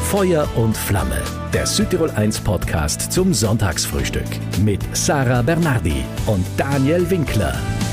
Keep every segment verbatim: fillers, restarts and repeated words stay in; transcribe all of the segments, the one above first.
Feuer und Flamme, der Südtirol eins Podcast zum Sonntagsfrühstück mit Sarah Bernardi und Daniel Winkler.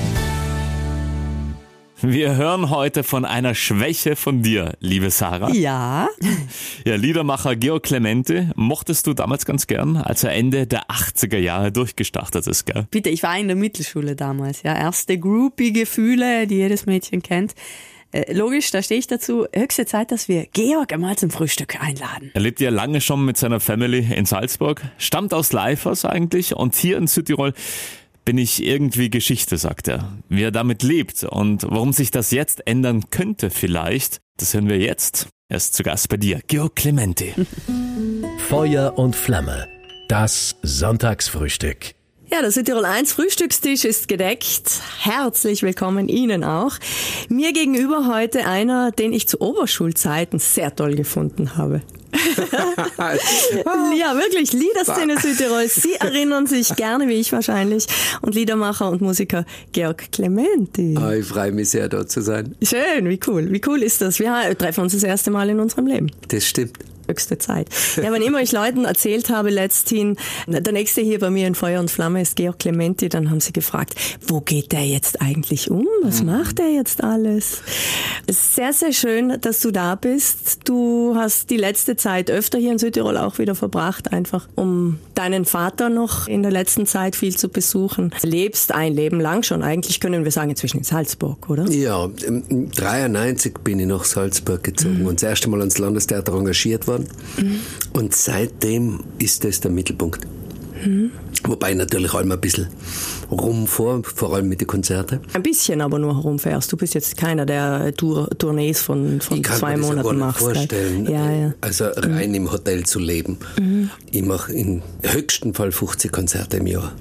Wir hören heute von einer Schwäche von dir, liebe Sarah. Ja. Ja, Liedermacher Georg Clemente mochtest du damals ganz gern, als er Ende der achtziger Jahre durchgestartet ist, gell? Bitte, ich war in der Mittelschule damals. Ja, erste Groupie-Gefühle, die jedes Mädchen kennt. Äh, logisch, da stehe ich dazu. Höchste Zeit, dass wir Georg einmal zum Frühstück einladen. Er lebt ja lange schon mit seiner Family in Salzburg, stammt aus Leifers eigentlich und hier in Südtirol bin ich irgendwie Geschichte, sagt er. Wie er damit lebt und warum sich das jetzt ändern könnte vielleicht, das hören wir jetzt. Er ist zu Gast bei dir, Georg Clemente. Feuer und Flamme, das Sonntagsfrühstück. Ja, der Südtirol eins Frühstückstisch ist gedeckt. Herzlich willkommen Ihnen auch. Mir gegenüber heute einer, den ich zu Oberschulzeiten sehr toll gefunden habe. Ja, wirklich, Liederszene Südtirol. Sie erinnern sich gerne, wie ich wahrscheinlich. Und Liedermacher und Musiker Georg Clemente. Oh, ich freue mich sehr, da zu sein. Schön, wie cool. Wie cool ist das? Wir treffen uns das erste Mal in unserem Leben. Das stimmt. Höchste Zeit. Ja, wenn immer ich Leuten erzählt habe letzthin, der nächste hier bei mir in Feuer und Flamme ist Georg Clemente, dann haben sie gefragt, wo geht der jetzt eigentlich um? Was macht der jetzt alles? Es ist sehr, sehr schön, dass du da bist. Du hast die letzte Zeit öfter hier in Südtirol auch wieder verbracht, einfach um deinen Vater noch in der letzten Zeit viel zu besuchen. Du lebst ein Leben lang schon, eigentlich können wir sagen inzwischen in Salzburg, oder? Ja, dreiundneunzig bin ich nach Salzburg gezogen mhm. und das erste Mal ans Landestheater engagiert worden. Mhm. Und seitdem ist das der Mittelpunkt. Mhm. Wobei ich natürlich auch immer ein bisschen rumfahre, vor allem mit den Konzerten. Ein bisschen aber nur herumfährst. Du bist jetzt keiner, der Tour, Tournees von, von zwei Monaten macht. Ich kann mir das gar nicht vorstellen, ja, ja. also rein mhm. im Hotel zu leben. Mhm. Ich mache im höchsten Fall fünfzig Konzerte im Jahr.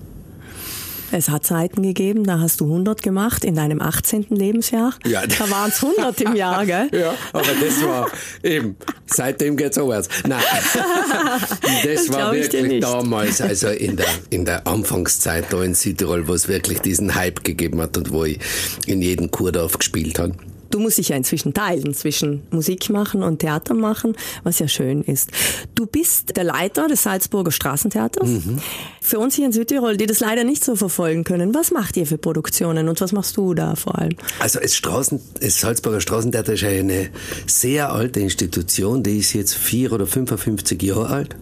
Es hat Zeiten gegeben, da hast du hundert gemacht in deinem achtzehnten Lebensjahr. Ja. Da waren es hundert im Jahr, gell? Ja, aber das war eben, seitdem geht's aufwärts. Nein, das, das war wirklich damals, also in der, in der Anfangszeit da in Südtirol, wo es wirklich diesen Hype gegeben hat und wo ich in jedem Kurdorf gespielt habe. Du musst dich ja inzwischen teilen zwischen Musik machen und Theater machen, was ja schön ist. Du bist der Leiter des Salzburger Straßentheaters. Mhm. Für uns hier in Südtirol, die das leider nicht so verfolgen können, was macht ihr für Produktionen und was machst du da vor allem? Also das, Straßen, das Salzburger Straßentheater ist eine sehr alte Institution, die ist jetzt vier oder fünfundfünfzig Jahre alt.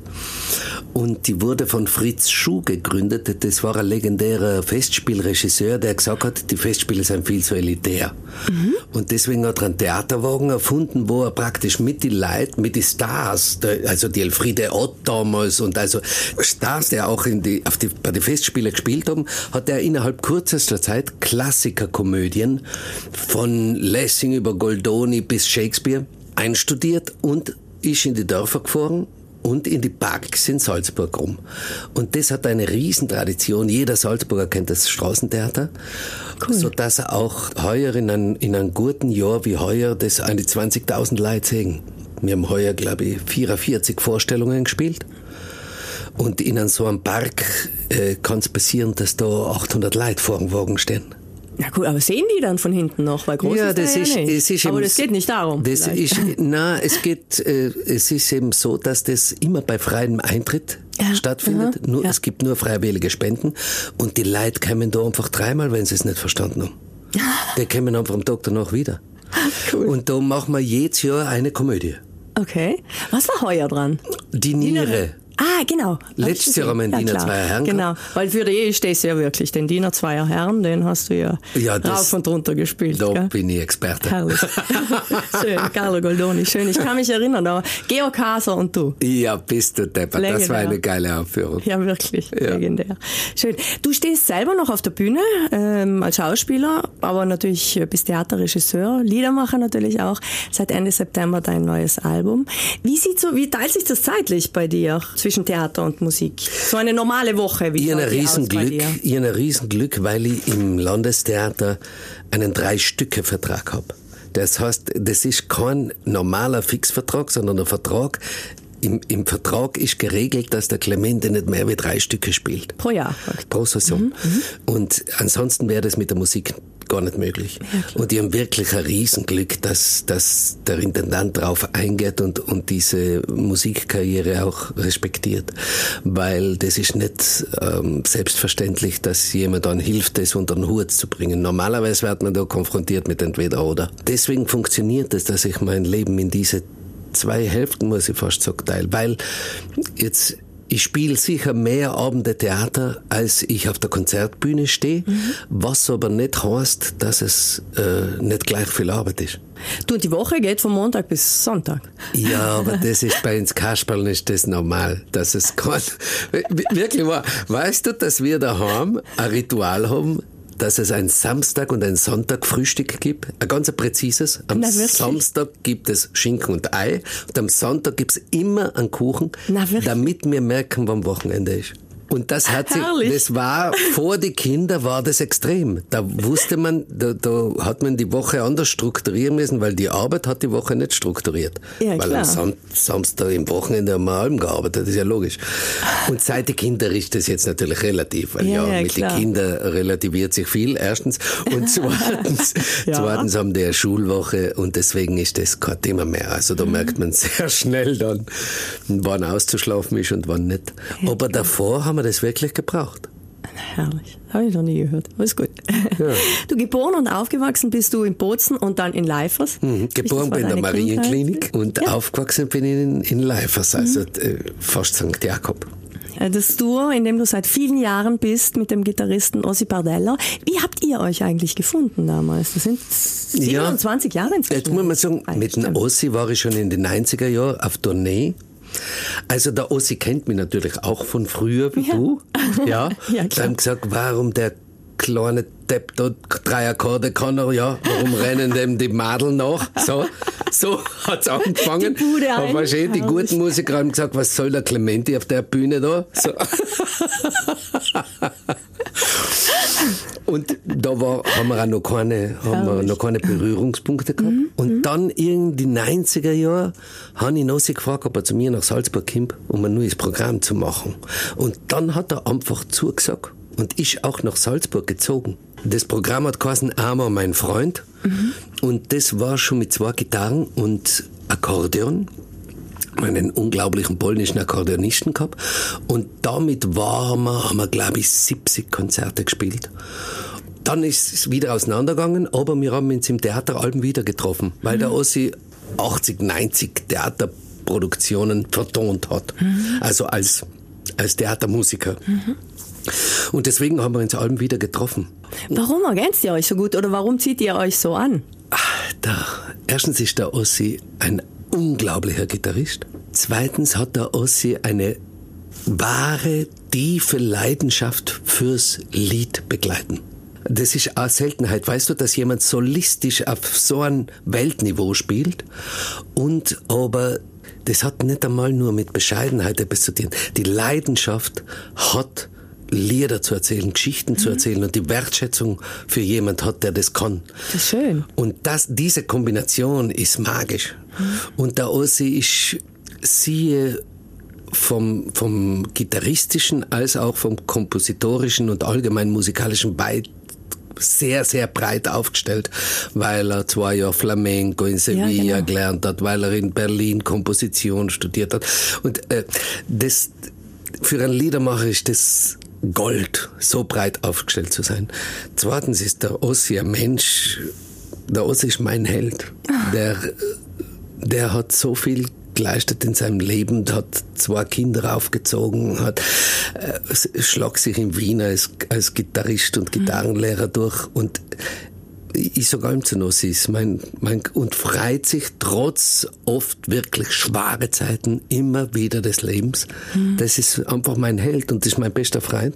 Und die wurde von Fritz Schuh gegründet. Das war ein legendärer Festspielregisseur, der gesagt hat, die Festspiele sind viel zu elitär. Mhm. Und deswegen hat er einen Theaterwagen erfunden, wo er praktisch mit den Leuten, mit den Stars, also die Elfriede Ott damals und also Stars, die auch in die, auf die, bei den Festspielen gespielt haben, hat er innerhalb kürzester Zeit Klassikerkomödien von Lessing über Goldoni bis Shakespeare einstudiert und ist in die Dörfer gefahren und in die Parks in Salzburg rum. Und das hat eine Riesentradition. Jeder Salzburger kennt das Straßentheater. Cool. Sodass er auch heuer in einem, in einem guten Jahr wie heuer das an die zwanzigtausend Leute sehen. Wir haben heuer, glaube ich, vierundvierzig Vorstellungen gespielt. Und in so einem Park äh, kann es passieren, dass da achthundert Leute vor dem Wagen stehen. Ja gut, aber sehen die dann von hinten noch? Weil groß ja, ist das ja ist, nicht. Es ist aber eben, das geht nicht darum. Das ist, nein, es geht, äh, es ist eben so, dass das immer bei freiem Eintritt ja, stattfindet. Aha, nur, ja. Es gibt nur freiwillige Spenden und die Leute kommen da einfach dreimal, wenn sie es nicht verstanden haben. Die kommen einfach am Tag danach wieder. Cool. Und da machen wir jedes Jahr eine Komödie. Okay. Was war heuer dran? Die Niere. Ah, genau. Letztes Jahr haben wir einen ja, Diener klar. zweier Herren Genau, gehabt. Weil für die stehst du ja wirklich. Den Diener zweier Herren, den hast du ja, ja das, rauf und runter gespielt. Da gell? bin ich Experte. Herrlich. Schön, Carlo Goldoni, schön. Ich kann mich erinnern, da Georg Haser und du. Ja, bist du deppert. Legendär. Das war eine geile Aufführung. Ja, wirklich. Ja. Legendär. Schön. Du stehst selber noch auf der Bühne ähm, als Schauspieler, aber natürlich bist Theaterregisseur, Liedermacher natürlich auch. Seit Ende September dein neues Album. Wie sieht so, wie teilt sich das zeitlich bei dir zwischen Theater und Musik? So eine normale Woche, wie ich ein Riesenglück, ich ein Riesenglück, weil ich im Landestheater einen Drei-Stücke-Vertrag habe. Das heißt, das ist kein normaler Fixvertrag, sondern ein Vertrag. Im, Im Vertrag ist geregelt, dass der Clemente nicht mehr wie drei Stücke spielt. Pro Jahr. Pro Saison. Mhm. Und ansonsten wäre das mit der Musik gar nicht möglich. Ja, und die haben wirklich ein Riesenglück, dass, dass der Intendant drauf eingeht und, und diese Musikkarriere auch respektiert. Weil das ist nicht ähm, selbstverständlich, dass jemand dann hilft, das unter den Hut zu bringen. Normalerweise wird man da konfrontiert mit entweder oder. Deswegen funktioniert es, dass ich mein Leben in diese zwei Hälften, muss ich fast sagen, teile. Weil jetzt ich spiele sicher mehr Abende Theater, als ich auf der Konzertbühne stehe, mhm. was aber nicht heißt, dass es äh, nicht gleich viel Arbeit ist. Du, die Woche geht von Montag bis Sonntag. Ja, aber das ist bei uns Kasperln ist das normal, dass es kann. Wirklich wahr. Weißt du, dass wir daheim ein Ritual haben, dass es ein Samstag und ein Sonntag Frühstück gibt, ein ganz präzises. Am Na, Samstag gibt es Schinken und Ei und am Sonntag gibt es immer einen Kuchen, Na, damit wir merken, wann Wochenende ist. Und das hat sich, das war, vor die Kinder war das extrem. Da wusste man, da, da hat man die Woche anders strukturieren müssen, weil die Arbeit hat die Woche nicht strukturiert. Ja, weil klar. am Sam- Samstag im Wochenende am Abend gearbeitet, das ist ja logisch. Und seit die Kinder ist das jetzt natürlich relativ, weil ja, ja mit den Kindern relativiert sich viel, erstens. Und zweitens, ja. zweitens haben die eine Schulwoche und deswegen ist das kein Thema mehr. Also da mhm. merkt man sehr schnell dann, wann auszuschlafen ist und wann nicht. Ja, aber klar. davor haben wir das wirklich gebraucht. Herrlich. Habe ich noch nie gehört. Alles gut. Ja. Du, geboren und aufgewachsen bist du in Bozen und dann in Leifers. Mhm. Geboren bin ich in der Marienklinik und ja. aufgewachsen bin ich in, in Leifers, also mhm. äh, fast Sankt Jakob. Das Duo, in dem du seit vielen Jahren bist, mit dem Gitarristen Ossi Bardella. Wie habt ihr euch eigentlich gefunden damals? Das sind siebenundzwanzig ja. Jahre inzwischen. Jetzt muss man sagen, mit dem Ossi war ich schon in den neunziger Jahren auf Tournee. Also der Ossi kennt mich natürlich auch von früher, wie ja. du. Ja, ja klar. Dann gesagt, warum der kleine Depp dort drei Akkorde kann er, ja, warum rennen dem die Madeln nach? So, so hat's angefangen. Die Bude ein. Aber schön, die guten Musiker haben gesagt, was soll der Clementi auf der Bühne da? So. Und da war, haben wir auch noch keine, haben wir noch keine Berührungspunkte gehabt. Mhm. Und dann in die neunziger Jahre habe ich Ossi gefragt, ob er zu mir nach Salzburg kommt, um ein neues Programm zu machen. Und dann hat er einfach zugesagt und ist auch nach Salzburg gezogen. Das Programm hat geheißen Armer mein Freund. Mhm. Und das war schon mit zwei Gitarren und Akkordeon. Einen unglaublichen polnischen Akkordeonisten gehabt. Und damit waren wir, haben wir, glaube ich, siebzig Konzerte gespielt. Dann ist es wieder auseinandergegangen, aber wir haben uns im Theateralben wieder getroffen, weil mhm. der Ossi achtzig, neunzig Theaterproduktionen vertont hat. Mhm. Also als, als Theatermusiker. Mhm. Und deswegen haben wir uns Alben wieder getroffen. Warum ergänzt ihr euch so gut oder warum zieht ihr euch so an? Ach, da, erstens ist der Ossi ein unglaublicher Gitarrist. Zweitens hat der Ossi eine wahre, tiefe Leidenschaft fürs Lied begleiten. Das ist eine Seltenheit. Weißt du, dass jemand solistisch auf so einem Weltniveau spielt und aber das hat nicht einmal nur mit Bescheidenheit etwas zu tun. Die Leidenschaft hat Lieder zu erzählen, Geschichten mhm. zu erzählen und die Wertschätzung für jemand hat, der das kann. Das ist schön. Und das, diese Kombination ist magisch. Mhm. Und der Ossi ist, siehe, vom, vom gitarristischen als auch vom kompositorischen und allgemein musikalischen Beitrag sehr, sehr breit aufgestellt, weil er zwei Jahre Flamenco in Sevilla ja, genau. gelernt hat, weil er in Berlin Komposition studiert hat. Und äh, das, für einen Liedermacher ist das Gold, so breit aufgestellt zu sein. Zweitens ist der Ossi ein Mensch, der Ossi ist mein Held. Der, der hat so viel geleistet in seinem Leben, hat zwei Kinder aufgezogen, hat äh, schlag sich in Wien als, als Gitarrist und Gitarrenlehrer durch und ich sage allem zu Ossi, ist mein, mein, und freut sich trotz oft wirklich schwere Zeiten immer wieder des Lebens. Mhm. Das ist einfach mein Held und das ist mein bester Freund.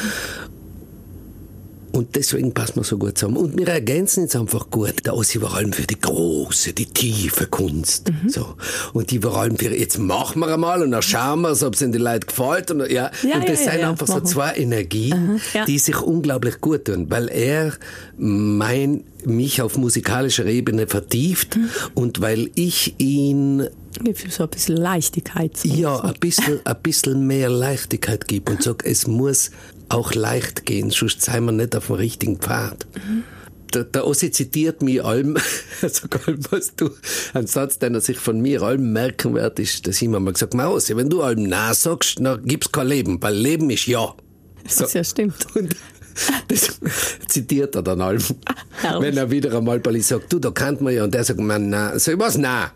Und deswegen passen wir so gut zusammen. Und wir ergänzen uns einfach gut. Der Ossi vor allem für die große, die tiefe Kunst. Mhm. So. Und die vor allem für, jetzt machen wir einmal und dann schauen wir, ob es den Leuten gefällt. Und, ja. Ja, und das ja, sind ja, einfach ja. so zwei Energien, ja. die sich unglaublich gut tun. Weil er mein, mich auf musikalischer Ebene vertieft mhm. und weil ich ihn so ein bisschen Leichtigkeit. So. Ja, ein bisschen, ein bisschen mehr Leichtigkeit gibt und sag, es muss auch leicht gehen, sonst sind wir nicht auf dem richtigen Pfad. Mhm. der, der Ossi zitiert mich allem, sogar was du, ein Satz, den er sich von mir allem merken wird, ist, dass ich ihm mal gesagt habe, Ossi, wenn du allem Nein sagst, dann gibt's kein Leben, weil Leben ist Ja. So. Das ja stimmt. Und das zitiert er dann allem. Herrlich. Wenn er wieder einmal bei ich sagt, du, da kennt man ja, und der sagt, man, nein. Sag ich, was, nein?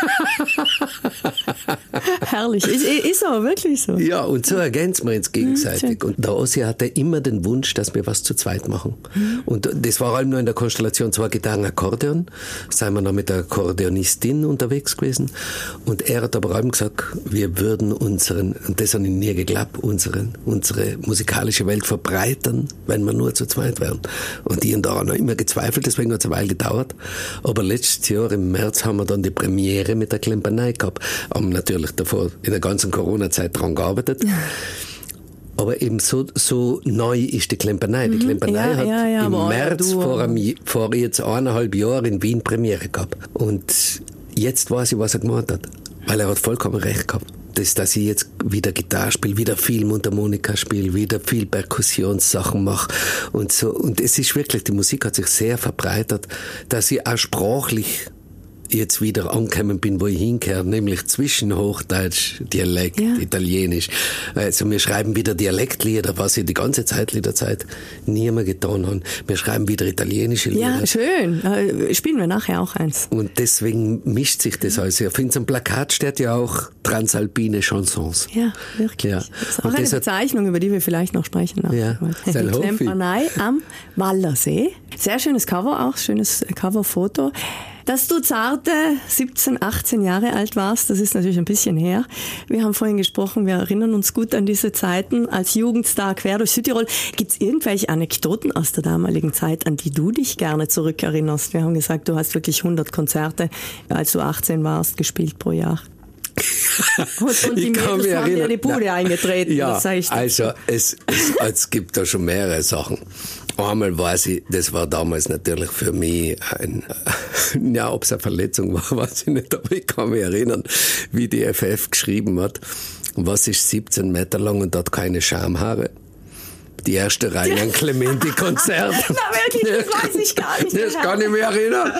Herrlich. Ist, ist aber wirklich so. Ja, und so ergänzen wir uns gegenseitig. Mhm, und der Ossi hatte immer den Wunsch, dass wir was zu zweit machen. Mhm. Und das war allem nur in der Konstellation zwei Gitarren, Akkordeon. Seien wir noch mit der Akkordeonistin unterwegs gewesen. Und er hat aber allem gesagt, wir würden unseren, und das habe ich nie geglaubt, unseren, unsere musikalische Welt verbreitern, wenn wir nur zu zweit wären. Und ich habe daran noch immer gezweifelt, deswegen hat es eine Weile gedauert. Aber letztes Jahr im März haben wir dann die Premiere mit der Klemperei gehabt. Haben natürlich davor in der ganzen Corona-Zeit dran gearbeitet. Aber eben so, so neu ist die Klemperei. Die Klemperei ja, hat ja, ja, im März du, vor, einem, vor jetzt eineinhalb Jahren in Wien Premiere gehabt. Und jetzt weiß ich, was er gemacht hat. Weil er hat vollkommen recht gehabt. Das, dass ich jetzt wieder Gitarre spiele, wieder viel Mundharmonika spiele, wieder viel Perkussionssachen mache und so. Und es ist wirklich, die Musik hat sich sehr verbreitert, dass ich auch sprachlich jetzt wieder angekommen bin, wo ich hinkehre, nämlich zwischen Hochdeutsch, Dialekt, ja. Italienisch. Also wir schreiben wieder Dialektlieder, was ich die ganze Zeit, Liederzeit nie mehr getan habe. Wir schreiben wieder italienische Lieder. Ja, schön. Äh, spielen wir nachher auch eins. Und deswegen mischt sich das alles. Auf unserem Plakat steht ja auch transalpine Chansons. Ja, wirklich. Ja. Das ist auch und eine Bezeichnung, über die wir vielleicht noch sprechen. Ja, die Klemperei am Wallersee. Sehr schönes Cover auch, schönes Coverfoto. Dass du zarte siebzehn, achtzehn Jahre alt warst, das ist natürlich ein bisschen her. Wir haben vorhin gesprochen, wir erinnern uns gut an diese Zeiten als Jugendstar quer durch Südtirol. Gibt es irgendwelche Anekdoten aus der damaligen Zeit, an die du dich gerne zurückerinnerst? Wir haben gesagt, du hast wirklich hundert Konzerte, als du achtzehn warst, gespielt pro Jahr. Und, und die ich kann Mädels mich haben erinnern. dir die Bude Na, eingetreten. Ja, das sag ich also es, es, es gibt da schon mehrere Sachen. Einmal weiß ich, das war damals natürlich für mich ein, ja, ob es eine Verletzung war, weiß ich nicht, aber ich kann mich erinnern, wie die F F geschrieben hat, was ist siebzehn Meter lang und hat keine Schamhaare. Die erste Reihe ein Clementi-Konzert. Na wirklich, das weiß ich gar nicht. Das kann ich mich erinnern.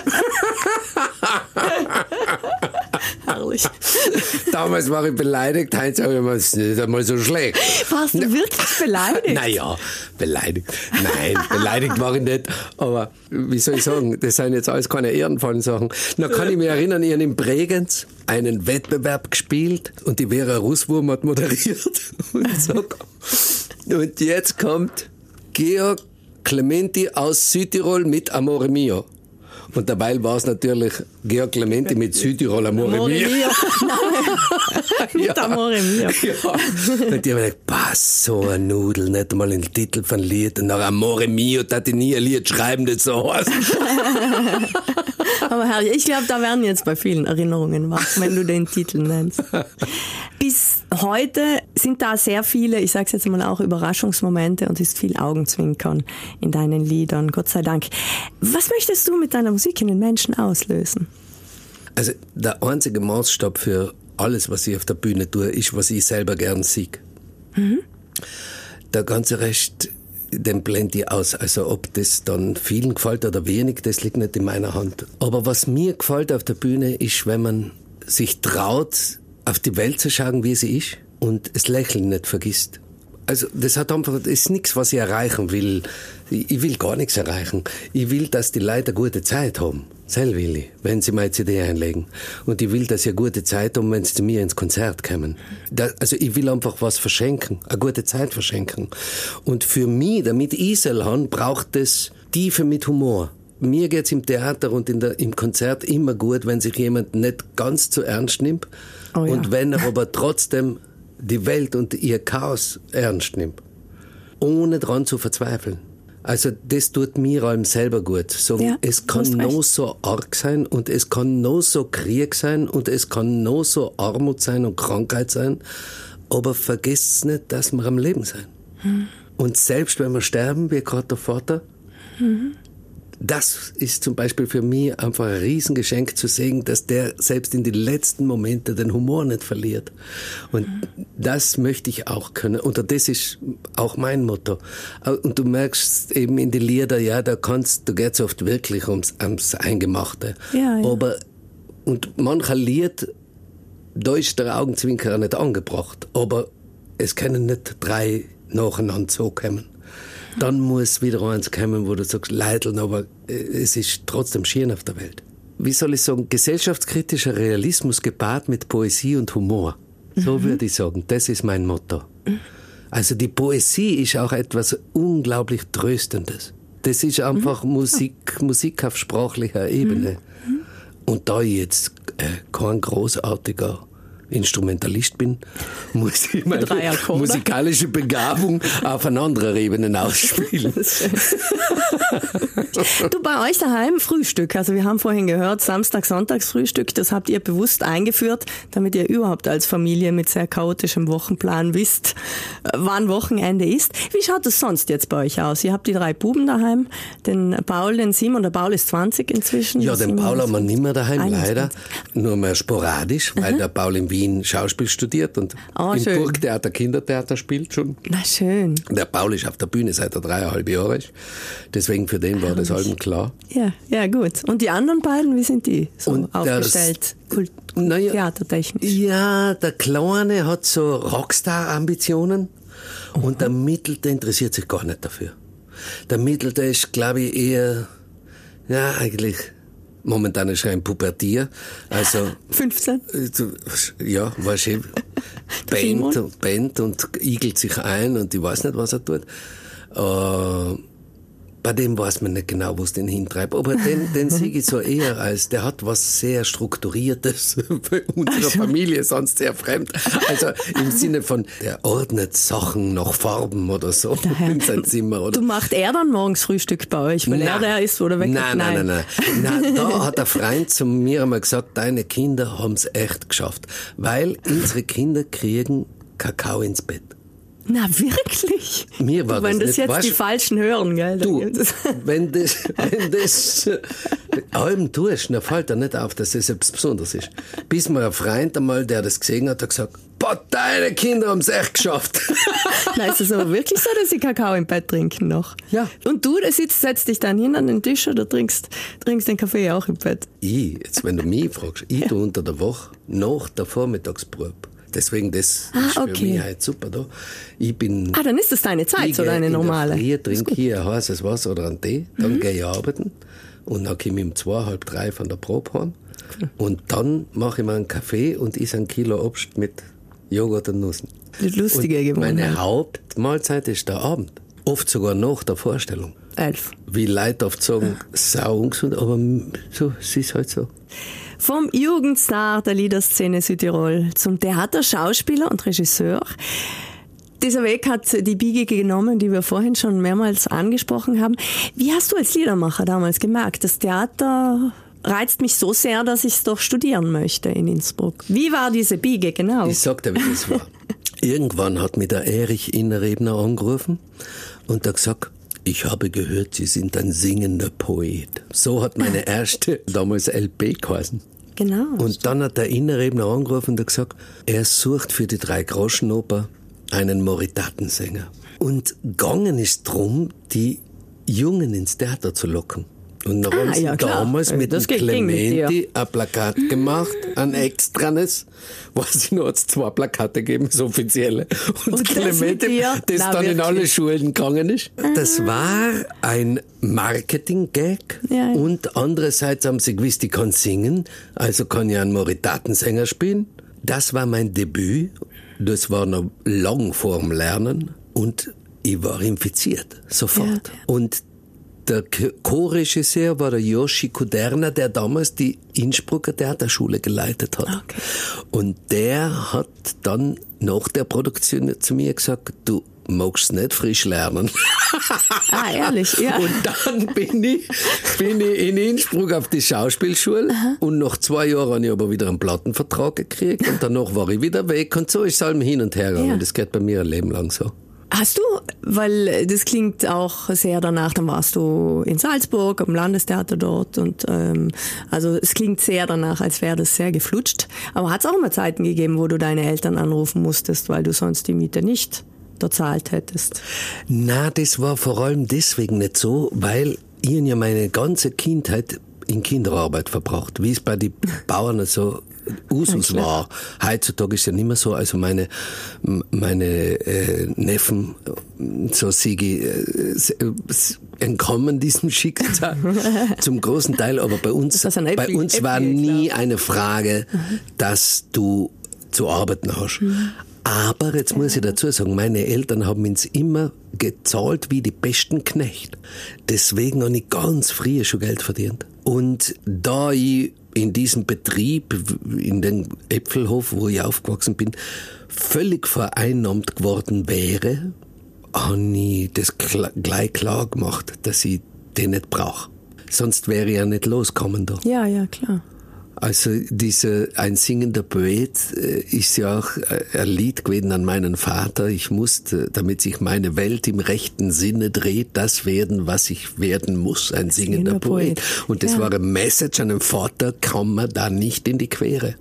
Herrlich. Damals war ich beleidigt, heute sage ich mir, es ist nicht einmal so schlecht. Warst du wirklich beleidigt? Naja, beleidigt. Nein, beleidigt war ich nicht. Aber wie soll ich sagen, das sind jetzt alles keine ehrenvollen Sachen. Da kann ich mich erinnern, ich habe in Bregenz einen Wettbewerb gespielt und die Vera Russwurm hat moderiert. Und, so. Und jetzt kommt Georg Clementi aus Südtirol mit Amore Mio. Und dabei war es natürlich Georg Clementi mit Südtirol Amore, Amore Mio. Mio. Mit Ja. Amore Mio. Ja. Und die haben gedacht, pass, so eine Nudel, nicht einmal ein Titel von Lied. Und nach Amore Mio, da hatte ich nie ein Lied schreiben, das so heißt. Aber herrlich, ich glaube, da werden jetzt bei vielen Erinnerungen wach, wenn du den Titel nennst. Bis heute sind da sehr viele, ich sage es jetzt mal auch, Überraschungsmomente und es ist viel Augenzwinkern in deinen Liedern, Gott sei Dank. Was möchtest du mit deiner Musik in den Menschen auslösen? Also der einzige Maßstab für alles, was ich auf der Bühne tue, ist, was ich selber gern sehe. Mhm. Der ganze Rest, den blende ich aus. Also ob das dann vielen gefällt oder wenig, das liegt nicht in meiner Hand. Aber was mir gefällt auf der Bühne, ist, wenn man sich traut, auf die Welt zu schauen, wie sie ist und das Lächeln nicht vergisst. Also das hat einfach, das ist nichts, was ich erreichen will. Ich will gar nichts erreichen. Ich will, dass die Leute eine gute Zeit haben. Selber will ich, wenn sie meine C D einlegen. Und ich will, dass sie eine gute Zeit haben, wenn sie zu mir ins Konzert kommen. Da, also ich will einfach was verschenken, eine gute Zeit verschenken. Und für mich, damit ich es habe, braucht es Tiefe mit Humor. Mir geht's im Theater und in der, im Konzert immer gut, wenn sich jemand nicht ganz zu ernst nimmt. Oh ja. Und wenn er aber trotzdem die Welt und ihr Chaos ernst nimmt. Ohne dran zu verzweifeln. Also das tut mir allem selber gut. So, ja, es kann noch so arg sein und es kann noch so Krieg sein und es kann noch so Armut sein und Krankheit sein. Aber vergesst nicht, dass wir am Leben sind. Hm. Und selbst wenn wir sterben, wie gerade der Vater, mhm. das ist zum Beispiel für mich einfach ein Riesengeschenk zu sehen, dass der selbst in den letzten Momenten den Humor nicht verliert. Und das möchte ich auch können. Und das ist auch mein Motto. Und du merkst eben in den Liedern, ja, da kannst, da geht's oft wirklich ums, ums Eingemachte. Ja, ja. Aber, und mancher Lied, da ist der Augenzwinker nicht angebracht. Aber es können nicht drei nacheinander so kommen. Dann muss wieder eins kommen, wo du sagst, Leideln, aber es ist trotzdem schön auf der Welt. Wie soll ich sagen, gesellschaftskritischer Realismus gepaart mit Poesie und Humor. So mhm. würde ich sagen, das ist mein Motto. Also die Poesie ist auch etwas unglaublich Tröstendes. Das ist einfach mhm. Musik, Musik auf sprachlicher Ebene. Mhm. Und da ich jetzt äh, kein großartiger Instrumentalist bin, muss ich meine musikalische Begabung auf einer anderen Ebene ausspielen. Du, bei euch daheim Frühstück, also wir haben vorhin gehört, Samstag-Sonntagsfrühstück, das habt ihr bewusst eingeführt, damit ihr überhaupt als Familie mit sehr chaotischem Wochenplan wisst, wann Wochenende ist. Wie schaut es sonst jetzt bei euch aus? Ihr habt die drei Buben daheim, den Paul, den Simon, der Paul ist zwanzig inzwischen. Ja, den Paul haben wir nicht mehr daheim, einundzwanzig. Leider, nur mehr sporadisch, weil Aha. der Paul in Wien Schauspiel studiert und oh, im schön. Burgtheater Kindertheater spielt schon. Na schön. Der Paul ist auf der Bühne seit er dreieinhalb Jahre ist. Deswegen für den war das allem klar. Ja, ja, gut. Und die anderen beiden, wie sind die so und aufgestellt? Kult- naja, theatertechnisch? Ja, der Kleine hat so Rockstar-Ambitionen mhm. und der Mittelte interessiert sich gar nicht dafür. Der Mittelte ist, glaube ich, eher, ja, eigentlich... Momentan ist er ein Pubertier, also... fünfzehn? Ja, war schön. Band und, Band und igelt sich ein und ich weiß nicht, was er tut. Äh, bei dem weiß man nicht genau, wo es den hintreibt. Aber den, den sehe ich so eher als, der hat was sehr Strukturiertes für unsere Familie, sonst sehr fremd. Also im Sinne von, der ordnet Sachen nach Farben oder so Daher, in sein Zimmer. Oder? Du macht er dann morgens Frühstück bei euch, weil nein. er der ist oder weg? Nein, nein, nein, nein, nein. nein. Da hat ein Freund zu mir einmal gesagt, deine Kinder haben es echt geschafft. Weil unsere Kinder kriegen Kakao ins Bett. Na, wirklich? Mir war wenn das, das nicht, jetzt weißt, die Falschen hören, gell? Du, wenn das, wenn das allem tust, dann fällt dir nicht auf, dass das etwas Besonderes ist. Bis mir ein Freund einmal, der das gesehen hat, hat gesagt, boah, deine Kinder haben es echt geschafft. Nein, ist es aber wirklich so, dass sie Kakao im Bett trinken noch? Ja. Und du, da sitzt, setzt dich dann hin an den Tisch oder trinkst, trinkst den Kaffee auch im Bett? Ich, jetzt wenn du mich fragst, ich ja. tue unter der Woche nach der Vormittagsprobe. Deswegen, das ah, ist für okay. mich halt super da. Ich bin... Ah, dann ist das deine Zeit, so deine normale? Ich trinke hier ein heißes Wasser oder einen Tee, dann mhm. gehe ich arbeiten und dann komme ich um zwei, halb drei von der Probe heim. Cool. Und dann mache ich mir einen Kaffee und esse ein Kilo Obst mit Joghurt und Nüssen. Die lustige und Gewohnheit. Meine Hauptmahlzeit ist der Abend. Oft sogar nach der Vorstellung. Elf. Wie Leute oft sagen, sau ungesund, aber so, es ist halt so. Vom Jugendstar der Liederszene Südtirol zum Theaterschauspieler und Regisseur. Dieser Weg hat die Biege genommen, die wir vorhin schon mehrmals angesprochen haben. Wie hast du als Liedermacher damals gemerkt, das Theater reizt mich so sehr, dass ich es doch studieren möchte in Innsbruck? Wie war diese Biege genau? Ich sag dir, wie das war. Irgendwann hat mich der Erich Innerebner angerufen und hat gesagt, ich habe gehört, Sie sind ein singender Poet. So hat meine erste damals L P geheißen. Genau. Und dann hat der Innerebner angerufen und hat gesagt, er sucht für die Drei-Groschen-Oper einen Moritatensänger. Und gegangen ist drum, die Jungen ins Theater zu locken. Und dann ah, haben sie ja, damals klar. mit das dem Clementi ein Plakat gemacht, ein extranes. Weiß ich noch, hat es zwei Plakate gegeben, so offizielle. Und, und Clementi, das, das Na, dann wirklich? in alle Schulen gegangen ist. Das war ein Marketing-Gag. Ja, ja. Und andererseits haben sie gewusst, ich kann singen, also kann ich einen Moritatensänger spielen. Das war mein Debüt. Das war noch lang vor dem Lernen. Und ich war infiziert, sofort. Ja, ja. Und der Co-Regisseur war der Joshi Kuderna, der damals die Innsbrucker Theaterschule geleitet hat. Okay. Und der hat dann nach der Produktion zu mir gesagt, du magst nicht frisch lernen. Ah, ehrlich, ja. Und dann bin ich, bin ich in Innsbruck auf die Schauspielschule. Aha. Und nach zwei Jahren habe ich aber wieder einen Plattenvertrag gekriegt und danach war ich wieder weg und so ist es allem hin und her gegangen. Ja. Das geht bei mir ein Leben lang so. Hast du, weil das klingt auch sehr danach, dann warst du in Salzburg am Landestheater dort und ähm, also es klingt sehr danach, als wäre das sehr geflutscht. Aber hat es auch mal Zeiten gegeben, wo du deine Eltern anrufen musstest, weil du sonst die Miete nicht bezahlt hättest? Na, das war vor allem deswegen nicht so, weil ich ja meine ganze Kindheit in Kinderarbeit verbracht, wie es bei den Bauern so Usus ja, war. Heutzutage ist ja nicht mehr so, also meine, meine äh, Neffen, so Sigi, äh, entkommen diesem Schicksal zum großen Teil, aber bei uns, bei uns war nie eine Frage, dass du zu arbeiten hast. Mhm. Aber jetzt muss ich dazu sagen, meine Eltern haben uns immer gezahlt wie die besten Knechte. Deswegen habe ich ganz früh schon Geld verdient. Und da ich in diesem Betrieb, in den Äpfelhof, wo ich aufgewachsen bin, völlig vereinnahmt geworden wäre, habe ich das gleich klar gemacht, dass ich den nicht brauche. Sonst wäre ich ja nicht losgekommen da. Ja, ja, klar. Also diese ein singender Poet ist ja auch ein Lied gewesen an meinen Vater. Ich musste, damit sich meine Welt im rechten Sinne dreht, das werden, was ich werden muss, ein singender, singender Poet. Poet. Und das ja. war ein Message an den Vater, kann man da nicht in die Quere.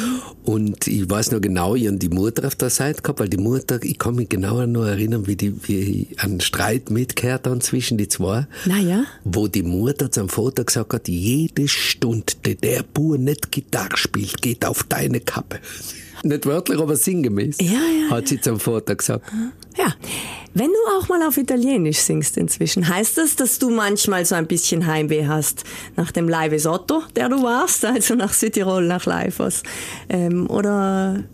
Und ich weiß noch genau, ich habe die Mutter auf der Seite gehabt, weil die Mutter, ich kann mich genau noch erinnern, wie die, wie ich einen Streit mitgehört habe zwischen die zwei. Naja. Wo die Mutter zum Vater gesagt hat, jede Stunde, die der Bub nicht Gitarre spielt, geht auf deine Kappe. Nicht wörtlich, aber sinngemäß. Ja, ja. Hat sie zum Vater gesagt. Ja. Wenn du auch mal auf Italienisch singst inzwischen, heißt das, dass du manchmal so ein bisschen Heimweh hast nach dem Live Esotto, der du warst, also nach Südtirol, nach Leifers? Ähm, oder?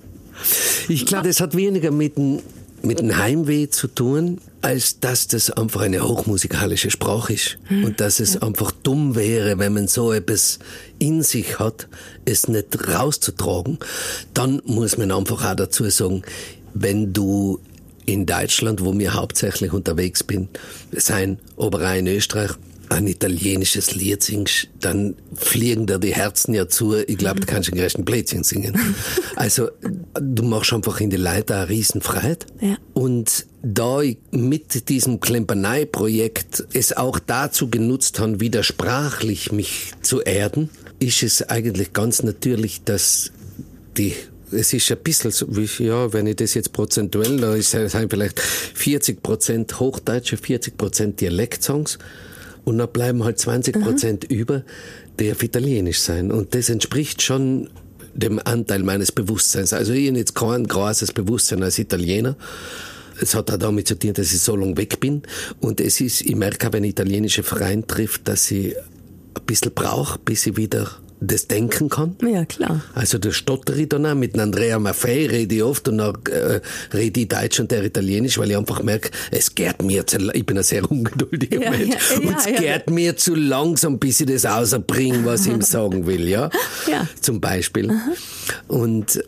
Ich glaube, das hat weniger mit dem, mit dem Heimweh zu tun, als dass das einfach eine hochmusikalische Sprache ist. Hm. Und dass es ja. einfach dumm wäre, wenn man so etwas in sich hat, es nicht rauszutragen. Dann muss man einfach auch dazu sagen, wenn du in Deutschland, wo wir hauptsächlich unterwegs bin, sein, aber auch in Österreich, ein italienisches Lied singst, dann fliegen dir die Herzen ja zu. Ich glaube, du kannst den rechten Blödsinn singen. Also, du machst einfach in die Leute eine Riesenfreiheit. Ja. Und da ich mit diesem Klemperei-Projekt es auch dazu genutzt habe, wieder sprachlich mich zu erden, ist es eigentlich ganz natürlich, dass die es ist ein bisschen so, wie, ja, wenn ich das jetzt prozentuell, da ist es vielleicht vierzig Prozent Hochdeutsche, vierzig Prozent Dialektsongs und dann bleiben halt zwanzig Prozent mhm. über, die auf Italienisch sein. Und das entspricht schon dem Anteil meines Bewusstseins. Also ich habe jetzt kein großes Bewusstsein als Italiener. Es hat auch damit zu tun, dass ich so lange weg bin. Und es ist, ich merke, wenn ich italienische Verein trifft, dass ich ein bisschen brauche, bis ich wieder das denken kann. Ja, klar. Also da stottere ich dann auch. Mit Andrea Maffei rede ich oft und dann äh, rede ich Deutsch und der Italienisch, weil ich einfach merke, es geht mir zu, ich bin ein sehr ungeduldiger ja, Mensch, ja, ja, und es ja, geht ja. mir zu langsam, bis ich das rausbringe, was ich ihm sagen will, ja? Ja. Zum Beispiel. Aha. Und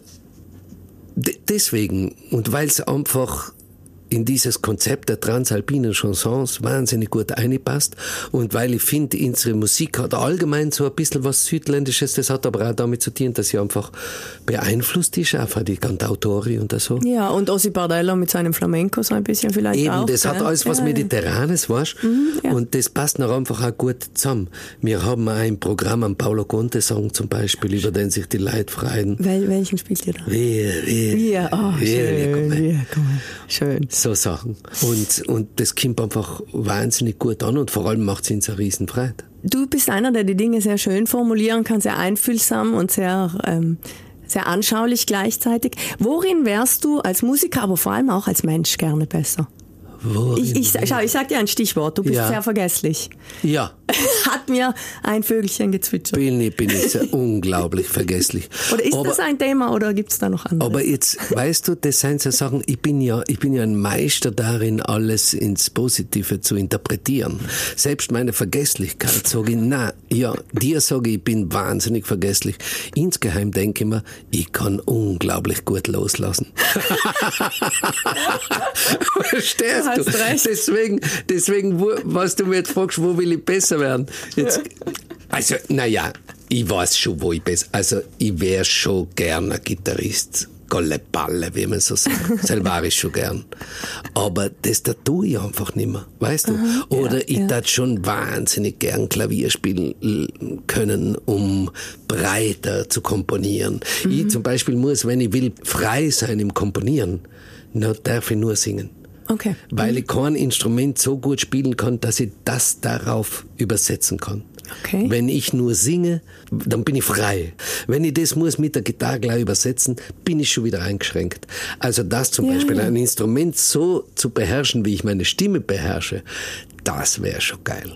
d- deswegen, und weil es einfach in dieses Konzept der transalpinen Chansons wahnsinnig gut einpasst und weil ich finde, unsere Musik hat allgemein so ein bisschen was Südländisches, das hat aber auch damit zu tun, dass sie einfach beeinflusst ist, auch von die Cantautori und so. Ja, und Ossi Bardella mit seinem Flamenco so ein bisschen vielleicht Eben, auch. Eben, das ja. hat alles was ja, Mediterranes, weißt du? Mhm, ja. Und das passt noch einfach auch gut zusammen. Wir haben auch ein Programm, einen Paulo Conte-Song zum Beispiel, über den sich die Leute freuen. Wel- welchen spielt ihr da? Wir, wir. Wir, oh, wir, schön. Wir, komm mal. Schön. So Sachen. Und, und das kommt einfach wahnsinnig gut an und vor allem macht es uns eine Riesenfreude. Du bist einer, der die Dinge sehr schön formulieren kann, sehr einfühlsam und sehr, ähm, sehr anschaulich gleichzeitig. Worin wärst du als Musiker, aber vor allem auch als Mensch gerne besser? Worin Ich, ich, schau, ich sag dir ein Stichwort, du bist ja. sehr vergesslich. Ja. Hat mir ein Vögelchen gezwitschert. Bin ich, bin ich sehr unglaublich vergesslich. Oder ist aber, das ein Thema oder gibt's da noch andere? Aber jetzt, weißt du, das sind so Sachen, ich bin ja, ich bin ja ein Meister darin, alles ins Positive zu interpretieren. Selbst meine Vergesslichkeit sage ich, na, ja, dir sage ich, ich bin wahnsinnig vergesslich. Insgeheim denke ich mir, ich kann unglaublich gut loslassen. Verstehst du? Hast recht. Deswegen, deswegen, wo, was du mir jetzt fragst, wo will ich besser werden? Jetzt, also, naja, ich weiß schon, wo ich besser, also, ich wäre schon gerne Gitarrist. Golleballe, wie man so sagt. Selber war ich schon gern. Aber das da tue ich einfach nicht mehr, weißt du? Aha, Oder ja, ich ja. tat schon wahnsinnig gern Klavier spielen können, um breiter zu komponieren. Mhm. Ich zum Beispiel muss, wenn ich will, frei sein im Komponieren, dann darf ich nur singen. Okay. Weil ich kein Instrument so gut spielen kann, dass ich das darauf übersetzen kann. Okay. Wenn ich nur singe, dann bin ich frei. Wenn ich das muss mit der Gitarre gleich übersetzen, bin ich schon wieder eingeschränkt. Also das zum ja, Beispiel, ja. ein Instrument so zu beherrschen, wie ich meine Stimme beherrsche, das wäre schon geil.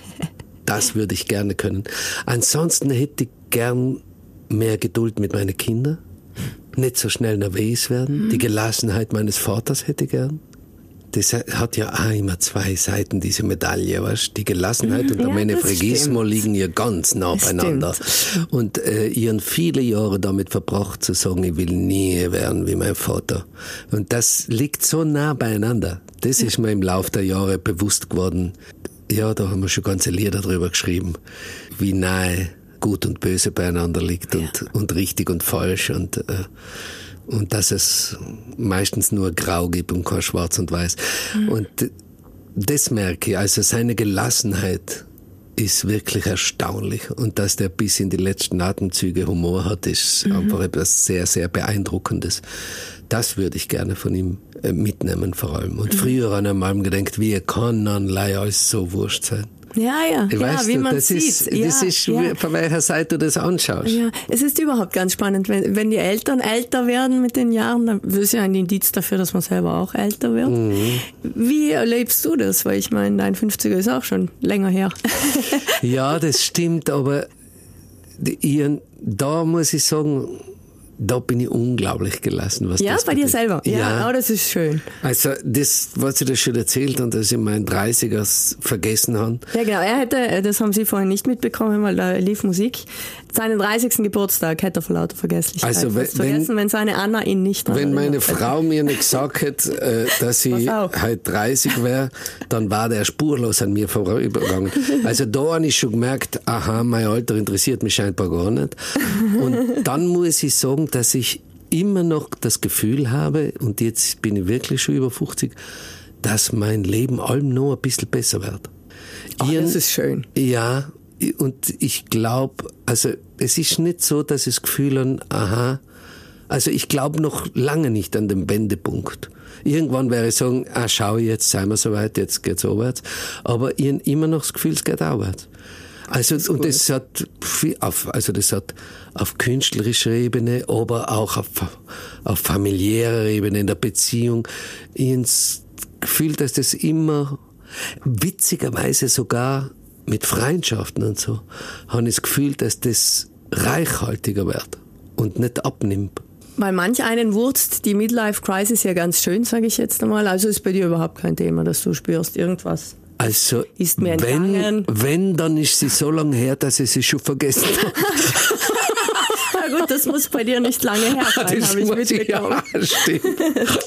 Das würde ich gerne können. Ansonsten hätte ich gern mehr Geduld mit meinen Kindern. Nicht so schnell nervös werden. Mhm. Die Gelassenheit meines Vaters hätte ich gern. Das hat ja auch immer zwei Seiten, diese Medaille, weißt? Die Gelassenheit und der ja, Menefregismo liegen ja ganz nah beieinander. Und äh, ihren viele Jahre damit verbracht zu sagen, ich will nie werden wie mein Vater. Und das liegt so nah beieinander. Das ist mir im Laufe der Jahre bewusst geworden. Ja, da haben wir schon ganze Lieder drüber geschrieben, wie nahe Gut und Böse beieinander liegt und, ja. und richtig und falsch und äh, Und dass es meistens nur Grau gibt und kein Schwarz und Weiß. Mhm. Und das merke ich. Also seine Gelassenheit ist wirklich erstaunlich. Und dass der bis in die letzten Atemzüge Humor hat, ist mhm. einfach etwas sehr, sehr Beeindruckendes. Das würde ich gerne von ihm mitnehmen vor allem. Und mhm. früher an einmal gedacht, wie kann ein Leier alles so wurscht sein? Ja, ja, ja, weißt wie du, man das sieht. Ist, ja, das ist, ja. von welcher Seite du das anschaust. Ja, es ist überhaupt ganz spannend, wenn, wenn die Eltern älter werden mit den Jahren, dann ist ja ein Indiz dafür, dass man selber auch älter wird. Mhm. Wie erlebst du das? Weil ich meine, dein fünfziger ist auch schon länger her. Ja, das stimmt, aber die, da muss ich sagen, da bin ich unglaublich gelassen. Was ja, das bei dir selber. Ja, ja, oh, das ist schön. Also das, was ich dir schon erzählt und dass ich meinen dreißigers vergessen habe. Ja, genau. Er hätte, das haben Sie vorhin nicht mitbekommen, weil da lief Musik. Seinen dreißigsten Geburtstag hätte er vor lauter Vergesslichkeit also, wenn, vergessen, wenn seine Anna ihn nicht Wenn meine Frau mir nicht gesagt hätte, dass ich halt dreißig wäre, dann war der spurlos an mir vorübergegangen. Also da habe ich schon gemerkt, aha, mein Alter interessiert mich scheinbar gar nicht. Und dann muss ich sagen, dass ich immer noch das Gefühl habe, und jetzt bin ich wirklich schon über fünfzig, dass mein Leben allem noch ein bisschen besser wird. Oh, das ist schön. Ja, und ich glaube, also es ist nicht so, dass ich das Gefühl habe, aha, also ich glaube noch lange nicht an den Wendepunkt. Irgendwann wäre ich sagen, ah, schau, jetzt sind wir soweit, jetzt geht's aufwärts. Aber ich habe immer noch das Gefühl, es geht aufwärts. Also, das und gut. das hat viel auf, also das hat auf künstlerischer Ebene, aber auch auf, auf familiärer Ebene in der Beziehung, ich habe das Gefühl, dass das immer, witzigerweise sogar mit Freundschaften und so, habe ich das Gefühl, dass das reichhaltiger wird und nicht abnimmt. Weil manch einen wurzt die Midlife-Crisis ja ganz schön, sage ich jetzt einmal. Also ist bei dir überhaupt kein Thema, dass du spürst irgendwas. Also, ist mir wenn, wenn, dann ist sie so lange her, dass ich sie schon vergessen habe. Na gut, das muss bei dir nicht lange her sein, habe ich mitbekommen. Ja, stimmt.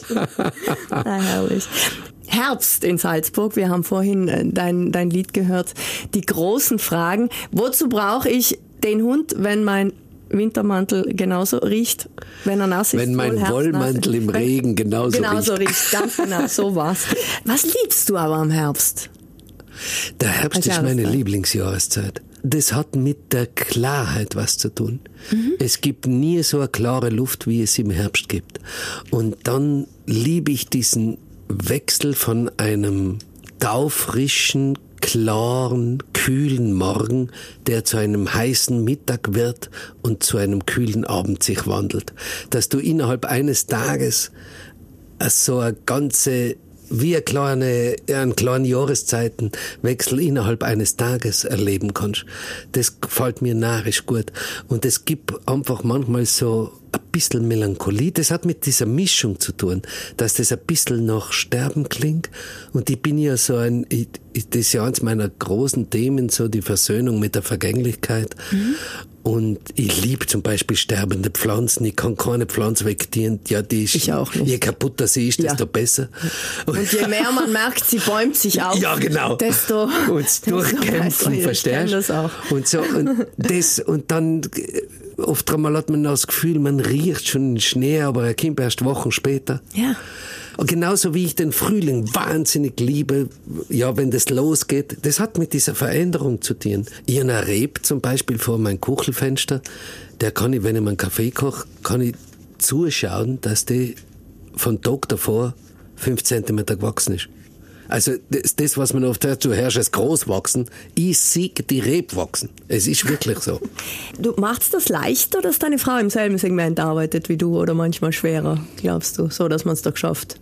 Na, herrlich. Herbst in Salzburg, wir haben vorhin dein, dein Lied gehört, die großen Fragen. Wozu brauche ich den Hund, wenn mein Wintermantel genauso riecht, wenn er nass ist? Wenn mein Wollmantel im Regen genauso, genauso riecht. riecht. Ganz genau, so war's. Was liebst du aber am Herbst? Der Herbst ist meine Lieblingsjahreszeit. Das hat mit der Klarheit was zu tun. Mhm. Es gibt nie so eine klare Luft, wie es im Herbst gibt. Und dann liebe ich diesen Wechsel von einem taufrischen, klaren, kühlen Morgen, der zu einem heißen Mittag wird und zu einem kühlen Abend sich wandelt. Dass du innerhalb eines Tages so eine ganze, wie eine kleine, einen kleinen Jahreszeitenwechsel innerhalb eines Tages erleben kannst. Das gefällt mir narrisch gut. Und es gibt einfach manchmal so ein bisschen Melancholie. Das hat mit dieser Mischung zu tun, dass das ein bisschen nach Sterben klingt. Und ich bin ja so ein, ich, ich, das ist ja eins meiner großen Themen, so die Versöhnung mit der Vergänglichkeit. Mhm. Und ich liebe zum Beispiel sterbende Pflanzen. Ich kann keine Pflanze wegtieren. Ja, die ist, ich auch nicht. Je kaputter sie ist, desto ja. besser. Und, und je mehr man merkt, sie bäumt sich auf, ja, genau. desto und durchkämpfen, verstehst du? Das auch. Und so, und das, und dann oft einmal hat man das Gefühl, man riecht schon den Schnee, aber er kommt erst Wochen später. Ja. Und genauso wie ich den Frühling wahnsinnig liebe, ja, wenn das losgeht, das hat mit dieser Veränderung zu tun. Ich habe einen Reb zum Beispiel vor meinem Kuchelfenster, der kann ich, wenn ich mir einen Kaffee koche, kann ich zuschauen, dass der von Tag davor fünf Zentimeter gewachsen ist. Also das, das was man oft hört, du hörst es groß wachsen, ich sehe die Reb wachsen. Es ist wirklich so. Du machst das leichter, dass deine Frau im selben Segment arbeitet wie du oder manchmal schwerer, glaubst du, so dass man es da geschafft?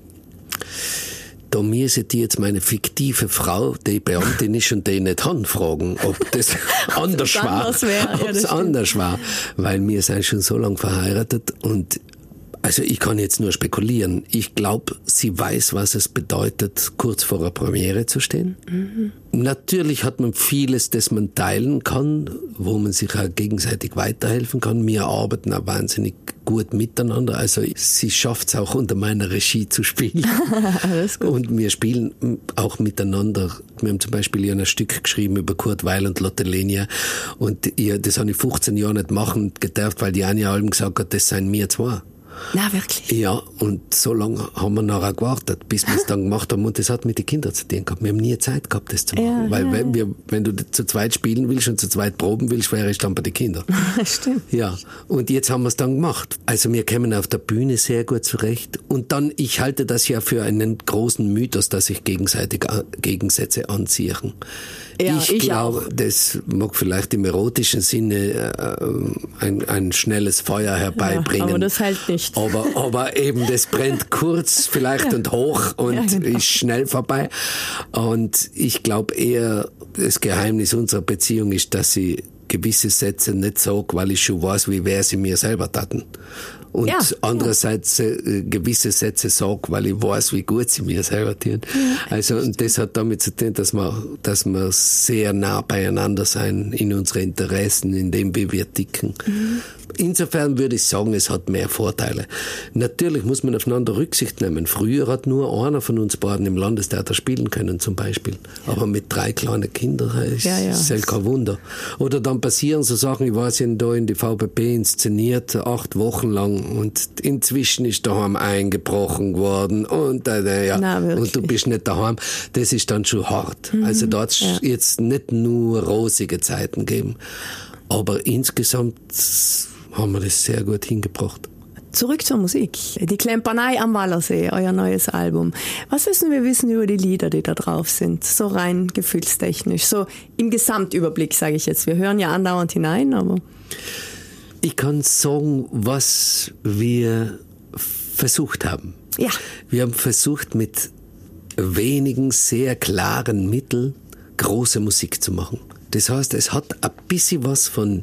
Da müssen die jetzt meine fiktive Frau, die Beamtin ist und die nicht haben, fragen, ob das anders das war. Anders wär. Ob es ja, anders war. Weil wir sind schon so lange verheiratet und also ich kann jetzt nur spekulieren. Ich glaube, sie weiß, was es bedeutet, kurz vor der Premiere zu stehen. Mhm. Natürlich hat man vieles, das man teilen kann, wo man sich auch gegenseitig weiterhelfen kann. Wir arbeiten auch wahnsinnig gut miteinander. Also sie schafft es auch unter meiner Regie zu spielen. Alles gut. Und wir spielen auch miteinander. Wir haben zum Beispiel ein Stück geschrieben über Kurt Weil und Lotte Lenia. Und ich, das habe ich fünfzehn Jahre nicht machen gedurft, weil die Anja Alm gesagt hat, das seien wir zwei. Na, wirklich? Ja, und so lange haben wir nachher gewartet, bis wir es dann gemacht haben. Und das hat mit den Kindern zu tun gehabt. Wir haben nie Zeit gehabt, das zu machen. Ja, Weil ja, wenn, wir, wenn du zu zweit spielen willst und zu zweit proben willst, wäre ich dann bei den Kindern. Stimmt. Ja, und jetzt haben wir es dann gemacht. Also wir kommen auf der Bühne sehr gut zurecht. Und dann, ich halte das ja für einen großen Mythos, dass sich gegenseitig Gegensätze anziehen. Ja, ich, ich glaube, auch. das mag vielleicht im erotischen Sinne äh, ein, ein schnelles Feuer herbeibringen. Ja, aber das hält nicht. Aber, aber eben, das brennt kurz vielleicht ja. und hoch und ja, genau. ist schnell vorbei. Und ich glaube eher, das Geheimnis unserer Beziehung ist, dass ich gewisse Sätze nicht sage, weil ich schon weiß, wie wer sie mir selber taten. Und ja, andererseits ja. äh, gewisse Sätze sage, weil ich weiß, wie gut sie mir selber tun. Ja, also, und das hat damit zu tun, dass wir, dass wir sehr nah beieinander sein in unseren Interessen, in dem, wie wir ticken. Mhm. Insofern würde ich sagen, es hat mehr Vorteile. Natürlich muss man aufeinander Rücksicht nehmen. Früher hat nur einer von uns beiden im Landestheater spielen können, zum Beispiel. Ja. Aber mit drei kleinen Kindern ist ja, ja. es kein Wunder. Oder dann passieren so Sachen, ich weiß ja, da in die V B B inszeniert, acht Wochen lang. Und inzwischen ist daheim eingebrochen worden. Und, äh, ja. Na, und du bist nicht daheim. Das ist dann schon hart. Mhm. Also da hat es ja. jetzt nicht nur rosige Zeiten gegeben. Aber insgesamt haben wir das sehr gut hingebracht. Zurück zur Musik. Die Klempanei am Wallersee, euer neues Album. Was müssen wir wissen über die Lieder, die da drauf sind? So rein gefühlstechnisch, so im Gesamtüberblick, sage ich jetzt. Wir hören ja andauernd hinein, aber... Ich kann sagen, was wir versucht haben. Ja. Wir haben versucht, mit wenigen sehr klaren Mitteln große Musik zu machen. Das heißt, es hat ein bisschen was von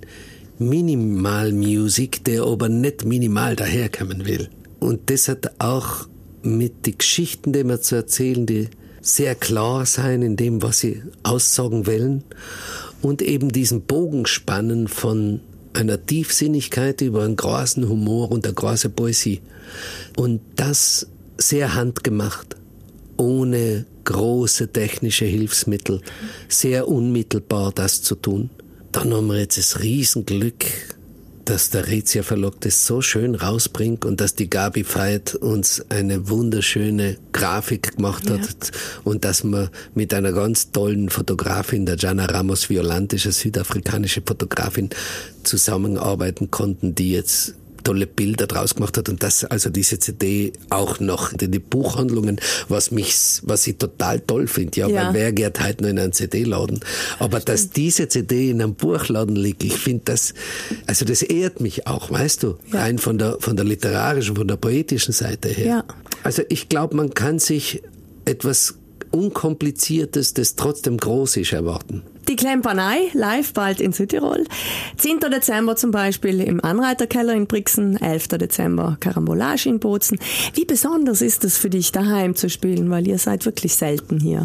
Minimal-Music, der aber nicht minimal daherkommen will. Und das hat auch mit den Geschichten, die wir zu erzählen, die sehr klar sein in dem, was sie aussagen wollen. Und eben diesen Bogenspannen von einer Tiefsinnigkeit über einen großen Humor und eine große Poesie. Und das sehr handgemacht, ohne große technische Hilfsmittel, sehr unmittelbar das zu tun. Dann haben wir jetzt das Riesenglück, dass der Rezia Verlag das so schön rausbringt und dass die Gabi Veit uns eine wunderschöne Grafik gemacht hat ja. und dass wir mit einer ganz tollen Fotografin, der Jana Ramos Violante, eine südafrikanische Fotografin, zusammenarbeiten konnten, die jetzt tolle Bilder draus gemacht hat und dass also diese C D auch noch in die Buchhandlungen, was mich, was ich total toll finde, ja, ja, weil wer geht heute noch in einen C D-Laden? Aber Stimmt. dass diese C D in einem Buchladen liegt, ich finde das, also das ehrt mich auch, weißt du, ja. rein von der, von der literarischen, von der poetischen Seite her. Ja. Also ich glaube, man kann sich etwas Unkompliziertes, das trotzdem groß ist, erwarten. Die Klempanei, live bald in Südtirol. zehnten Dezember zum Beispiel im Anreiterkeller in Brixen, elften Dezember Karambolage in Bozen. Wie besonders ist es für dich, daheim zu spielen, weil ihr seid wirklich selten hier?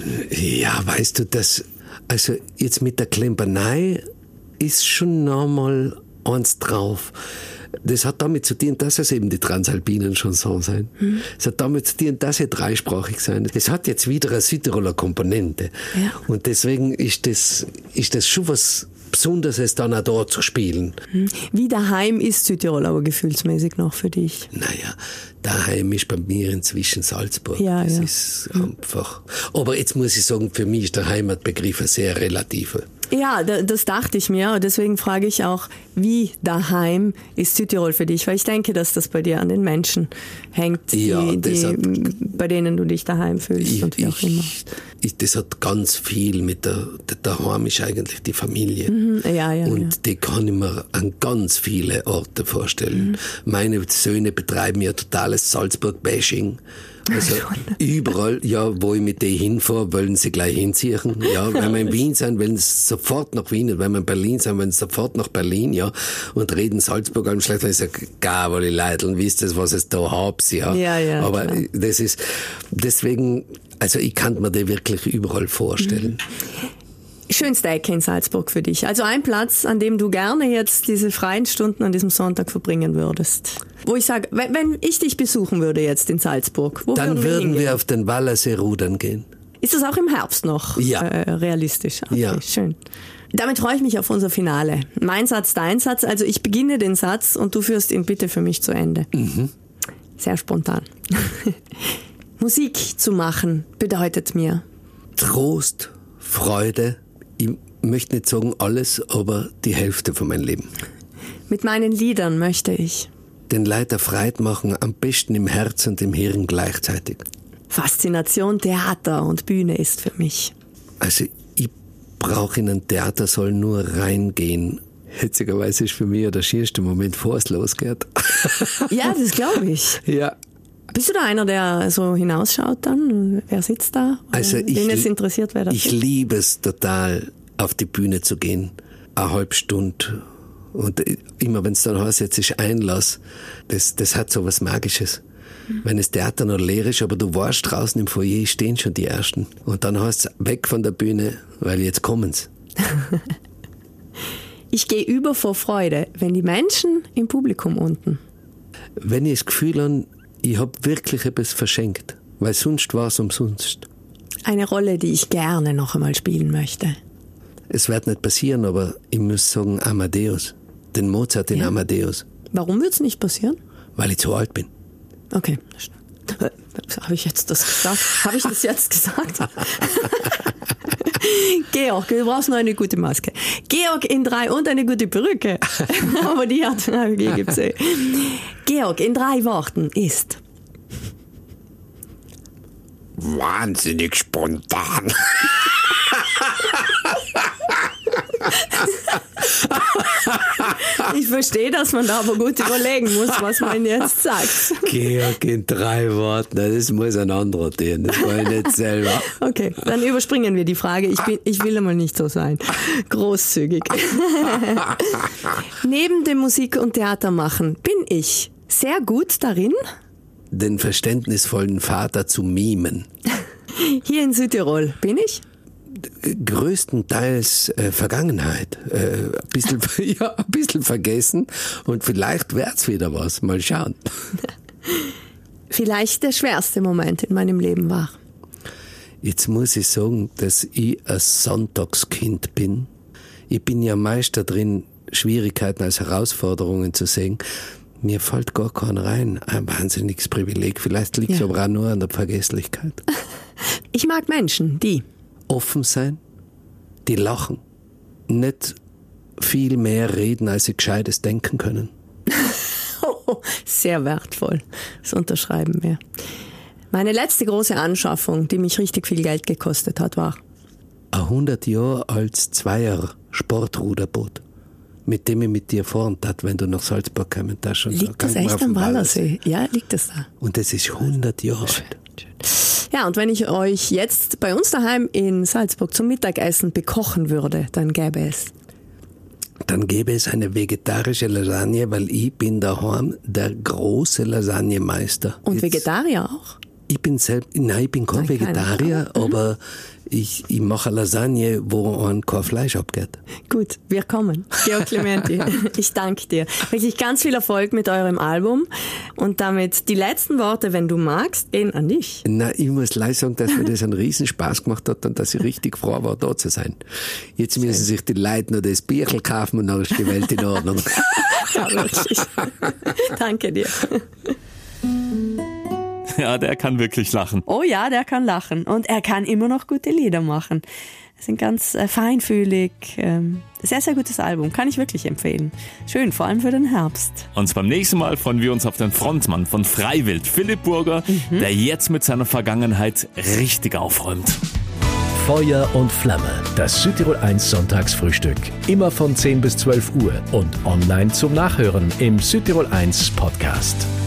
Ja, weißt du, das, also jetzt mit der Klempanei ist schon nochmal eins drauf. Das hat damit zu tun, dass es eben die transalpinen Chansons sind. Mhm. Es hat damit zu tun, dass sie dreisprachig sind. Es hat jetzt wieder eine Südtiroler Komponente. Ja. Und deswegen ist das, ist das schon was Besonderes dann auch da zu spielen. Wie daheim ist Südtirol aber gefühlsmäßig noch für dich? Naja, daheim ist bei mir inzwischen Salzburg. Ja, das ja. ist einfach. Aber jetzt muss ich sagen, für mich ist der Heimatbegriff ein sehr relativer. Ja, das dachte ich mir. Und deswegen frage ich auch, wie daheim ist Südtirol für dich? Weil ich denke, dass das bei dir an den Menschen hängt, die, Ja, die, das hat- bei denen du dich daheim fühlst Ich, und wie auch ich, immer. ich, das hat ganz viel mit der, der daheim ist eigentlich die Familie. Mhm, ja, ja, Und ja. die kann ich mir an ganz viele Orte vorstellen. Mhm. Meine Söhne betreiben ja totales Salzburg-Bashing. Also überall, ja, wo ich mit denen hinfahre, wollen sie gleich hinziehen. Ja, wenn wir in Wien sind, wollen sie sofort nach Wien. Und wenn wir in Berlin sind, wollen sie sofort nach Berlin, ja. Und reden Salzburg allem schlecht, weil ich sage, gar, weil die Leute, wisst ihr, was es da habt, ja. Ja, ja, Aber klar. das ist, deswegen, also ich kann mir die wirklich überall vorstellen. Schönste Ecke in Salzburg für dich. Also ein Platz, an dem du gerne jetzt diese freien Stunden an diesem Sonntag verbringen würdest. Wo ich sage, wenn, wenn ich dich besuchen würde jetzt in Salzburg, wo Dann würden wir würden hingehen? wir auf den Wallersee rudern gehen. Ist das auch im Herbst noch Ja. äh, realistisch? Okay, Ja. Schön. Damit freue ich mich auf unser Finale. Mein Satz, dein Satz. Also ich beginne den Satz und du führst ihn bitte für mich zu Ende. Mhm. Sehr spontan. Musik zu machen bedeutet mir. Trost, Freude, ich möchte nicht sagen alles, aber die Hälfte von meinem Leben. Mit meinen Liedern möchte ich. Den Leuten Freude machen, am besten im Herz und im Hirn gleichzeitig. Faszination Theater und Bühne ist für mich. Also ich brauche in ein Theatersaal nur reingehen. Witzigerweise ist für mich ja der schönste Moment, bevor es losgeht. Ja, das glaube ich. Ja. Bist du da einer, der so hinausschaut dann? Wer sitzt da? Oder Also ich, den es interessiert, wer das ich ist? liebe es total, auf die Bühne zu gehen. Eine halbe Stunde. Und immer wenn es dann heißt, jetzt ist Einlass, das, das hat so was Magisches. Wenn das Theater noch leer ist, aber du warst draußen im Foyer, stehen schon die Ersten. Und dann heißt es, weg von der Bühne, weil jetzt kommen's. Ich gehe über vor Freude, wenn die Menschen im Publikum unten. Wenn ich das Gefühl habe, ich habe wirklich etwas verschenkt, weil sonst war es umsonst. Eine Rolle, die ich gerne noch einmal spielen möchte. Es wird nicht passieren, aber ich muss sagen Amadeus. Den Mozart in Ja. Amadeus. Warum wird es nicht passieren? Weil ich zu alt bin. Okay. Habe ich jetzt das gesagt? Habe ich das jetzt gesagt? Georg, du brauchst noch eine gute Maske. Georg in drei und eine gute Perücke. Aber die hat, die gibt's eh. Georg in drei Worten ist. Wahnsinnig spontan. Ich verstehe, dass man da aber gut überlegen muss, was man jetzt sagt. Georg in drei Worten, das muss ein anderer tun, das war ich nicht selber. Okay, dann überspringen wir die Frage. Ich, bin, ich will einmal nicht so sein. Großzügig. Neben dem Musik- und Theatermachen bin ich sehr gut darin, Den verständnisvollen Vater zu mimen. hier in Südtirol bin ich. Größtenteils äh, Vergangenheit. Äh, ein, bisschen, ja, ein bisschen vergessen und vielleicht wird's wieder was. Mal schauen. Vielleicht der schwerste Moment in meinem Leben war. Jetzt muss ich sagen, dass ich ein Sonntagskind bin. Ich bin ja Meister drin, Schwierigkeiten als Herausforderungen zu sehen. Mir fällt gar keiner rein. Ein wahnsinniges Privileg. Vielleicht liegt es Ja. aber auch nur an der Vergesslichkeit. Ich mag Menschen, die Offen sein, die lachen, nicht viel mehr reden, als sie Gescheites denken können. sehr wertvoll. Das unterschreiben wir. Meine letzte große Anschaffung, die mich richtig viel Geld gekostet hat, war Ein hundert Jahre altes Zweier-Sportruderboot, mit dem ich mit dir fahren tat, wenn du nach Salzburg kommen darfst. Liegt das echt am Wallersee? Ja, liegt das da? Und das ist hundert Jahre alt. Ja, und wenn ich euch jetzt bei uns daheim in Salzburg zum Mittagessen bekochen würde, dann gäbe es. Dann gäbe es eine vegetarische Lasagne, weil ich bin daheim der große Lasagnemeister. Und Jetzt- Vegetarier auch? Ich bin selbst, nein, ich bin kein Nein, Vegetarier, keine. aber ich, ich mache eine Lasagne, wo ein kein Fleisch abgeht. Gut, wir kommen. Georg Clementi, ich danke dir. Wirklich ganz viel Erfolg mit eurem Album und damit die letzten Worte, wenn du magst, gehen an dich. Nein, ich muss leider sagen, dass mir das einen riesen Spaß gemacht hat und dass ich richtig froh war, da zu sein. Jetzt müssen sich die Leute noch das Bierchen kaufen und dann ist die Welt in Ordnung. Ja, wirklich. Danke dir. Ja, der kann wirklich lachen. Oh ja, der kann lachen und er kann immer noch gute Lieder machen. Sie sind ganz äh, feinfühlig. Ähm, sehr, sehr gutes Album, kann ich wirklich empfehlen. Schön, vor allem für den Herbst. Und beim nächsten Mal freuen wir uns auf den Frontmann von Freiwild, Philipp Burger, mhm. der jetzt mit seiner Vergangenheit richtig aufräumt. Feuer und Flamme, das Südtirol eins Sonntagsfrühstück. Immer von zehn bis zwölf Uhr und online zum Nachhören im Südtirol eins Podcast.